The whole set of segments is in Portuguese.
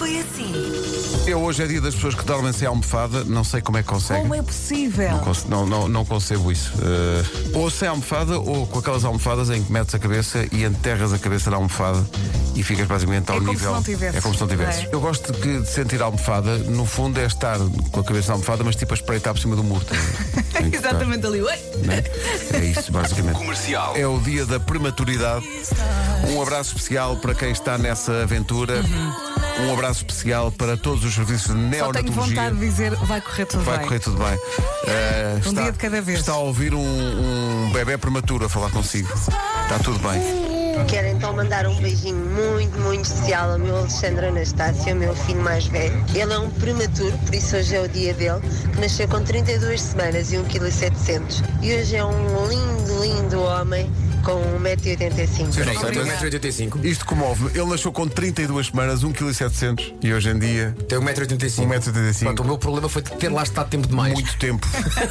foi assim. Hoje é dia das pessoas que dormem sem almofada. Não sei como é que conseguem. Como é possível? Não concebo isso. Ou sem almofada ou com aquelas almofadas em que metes a cabeça e enterras a cabeça na almofada e ficas basicamente ao nível. É como se não tivesses. Eu gosto de sentir a almofada. No fundo é estar com a cabeça na almofada, mas tipo a espreitar por cima do muro. Exatamente ali. Oi. É isso, basicamente. Comercial. É o dia da prematuridade. Um abraço especial para quem está nessa aventura. Um abraço especial para todos os serviços de Só tenho neonatologia. vontade de dizer, vai correr tudo Vai bem. correr tudo bem. Dia de cada vez. Está a ouvir um bebê prematuro a falar consigo. Está tudo bem. Quero então mandar um beijinho muito, muito especial ao meu Alexandre Anastácio, o meu filho mais velho. Ele é um prematuro, por isso hoje é o dia dele, que nasceu com 32 semanas e 1,7 kg. E hoje é um lindo, lindo homem com 1,85 m. Tem 1,85m. Isto comove-me. Ele nasceu com 32 semanas, 1,7 kg e hoje em dia Tem 1,85m. 1,85 m. Pronto, o meu problema foi ter lá estado tempo demais. Muito tempo.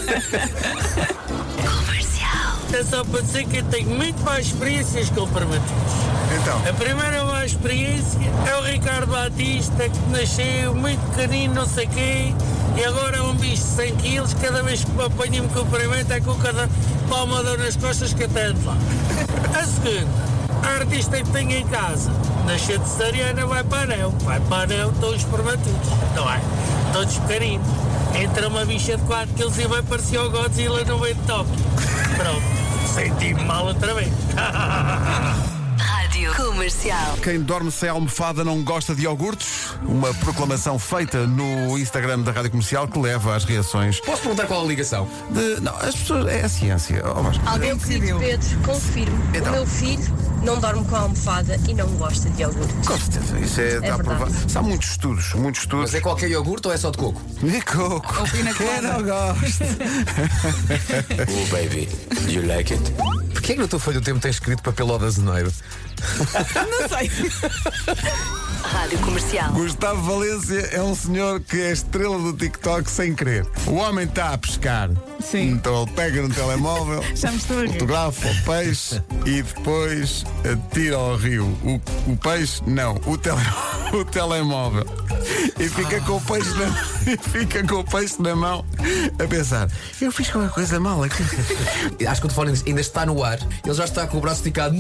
É só para dizer que eu tenho muito mais experiências com prematuros. Então, A primeira mais experiência é o Ricardo Batista, que nasceu muito pequenino, não sei quê, e agora é um bicho de 100 kg. Cada vez que me apanho e me cumprimento é com cada palmador nas costas que até de lá. A segunda, a artista que tenho em casa, nasceu de cesariana, vai para anel, todos prematuros, não é? Todos pequeninos. Entra uma bicha de 4 kg e vai parecer o Godzilla no meio de Tóquio. Pronto, senti-me mal outra vez. Rádio Comercial. quem dorme sem almofada não gosta de iogurtes. Uma proclamação feita no Instagram da Rádio Comercial que leva às reações Posso perguntar qual a ligação? de... Não, as pessoas... É a ciência. Vasco. Alguém decidiu. Pedro, confirmo. Então. O meu filho não dorme com a almofada e não gosta de iogurte. Com certeza. Isso está verdade. provado. Há muitos estudos. Mas é qualquer iogurte ou é só de coco? E coco. Ou pina Quem colada. não gosta? Oh baby, do you like it? Porquê é que no teu folha do tempo tem escrito papel de azeneiro? Não sei. Rádio Comercial. Gustavo Valência é um senhor que é estrela do TikTok sem querer. O homem está a pescar. Sim. Então ele pega no telemóvel, Já me estou a rir. fotografa o peixe e depois atira ao rio. O peixe, não, o telemóvel. E fica com o peixe na mão a pensar, eu fiz qualquer coisa mal aqui. Acho que o telefone ainda está no ar. Ele já está com o braço esticado.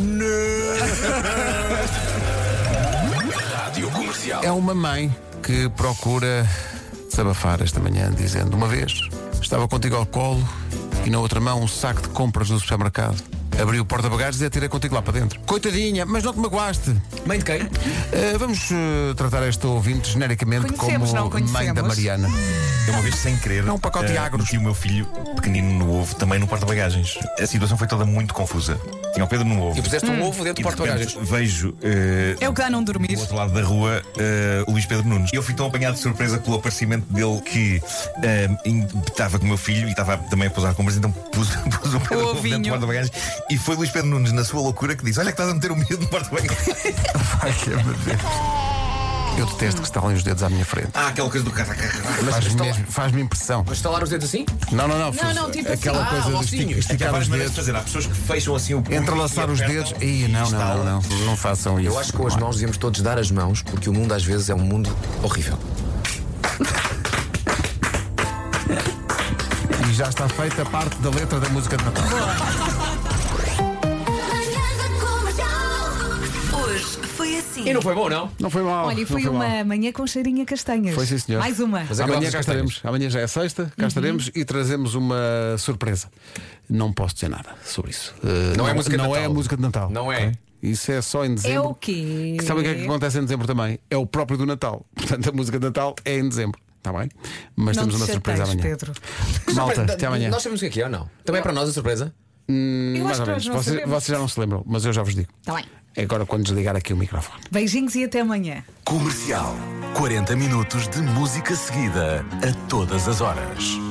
Rádio Comercial. É uma mãe que procura desabafar esta manhã, dizendo: uma vez estava contigo ao colo e na outra mão um saco de compras do supermercado. Abri o porta-bagagens e atirei contigo lá para dentro. Coitadinha, mas não te magoaste. Mãe de quem? Vamos tratar esta ouvinte genericamente Conhecemos, não como mãe da conhecemos? Mariana. Eu uma vez sem querer É um pacote de agros. meti o meu filho pequenino no ovo também no porta-bagagens. A situação foi toda muito confusa. Tinha o Pedro no ovo. E puseste um ovo dentro E do de porta-bagagens. repente vejo É o que dá não dormir. do outro lado da rua o Luís Pedro Nunes. Eu fui tão apanhado de surpresa pelo aparecimento dele que estava com o meu filho e estava também a pousar compras, então pus o Pedro Nunes ovinho. dentro do porta-bagagens e foi Luís Pedro Nunes, na sua loucura, que disse: olha que estás a meter o miúdo no porta-bagagens. Ai, que meu Deus. Eu detesto que estalem os dedos à minha frente. Aquela coisa do carro. Faz-me impressão. Mas estalar os dedos assim? Não. Não, tipo aquela assim. coisa de Ossinho. Há esticar várias os maneiras dedos. de fazer. Há pessoas que fecham assim o punho Entrelaçar e os apertam dedos. e estalam. Não façam isso. Eu acho que com as mãos devíamos todos dar as mãos, porque o mundo às vezes é um mundo horrível. E já está feita a parte da letra da música de Natal. Hoje foi assim. E não foi bom, não? Não foi mal. Olha, e não foi mal. uma manhã com cheirinho a castanhas. Foi, sim, senhor. Mais uma. Mas Amanhã acabamos cá as castanhas. estaremos. Amanhã já é sexta, cá estaremos e trazemos uma surpresa. Não posso dizer nada sobre isso. Não é música de Não é Natal. a música de Natal. Não é. Ok? Isso é só em dezembro. É o quê? E sabem o que é que acontece em dezembro também? É o próprio do Natal. Portanto, a música de Natal é em dezembro. Está bem? Mas Não temos te uma surpresa chateies, amanhã. Pedro. Malta, até amanhã. Nós sabemos o que é ou não? Também é para nós a surpresa? Eu Mais acho ou que menos. nós não Vocês sabemos. já não se lembram, mas eu já vos digo. Tá bem. É agora quando desligar aqui o microfone. Beijinhos e até amanhã. Comercial. 40 minutos de música seguida a todas as horas.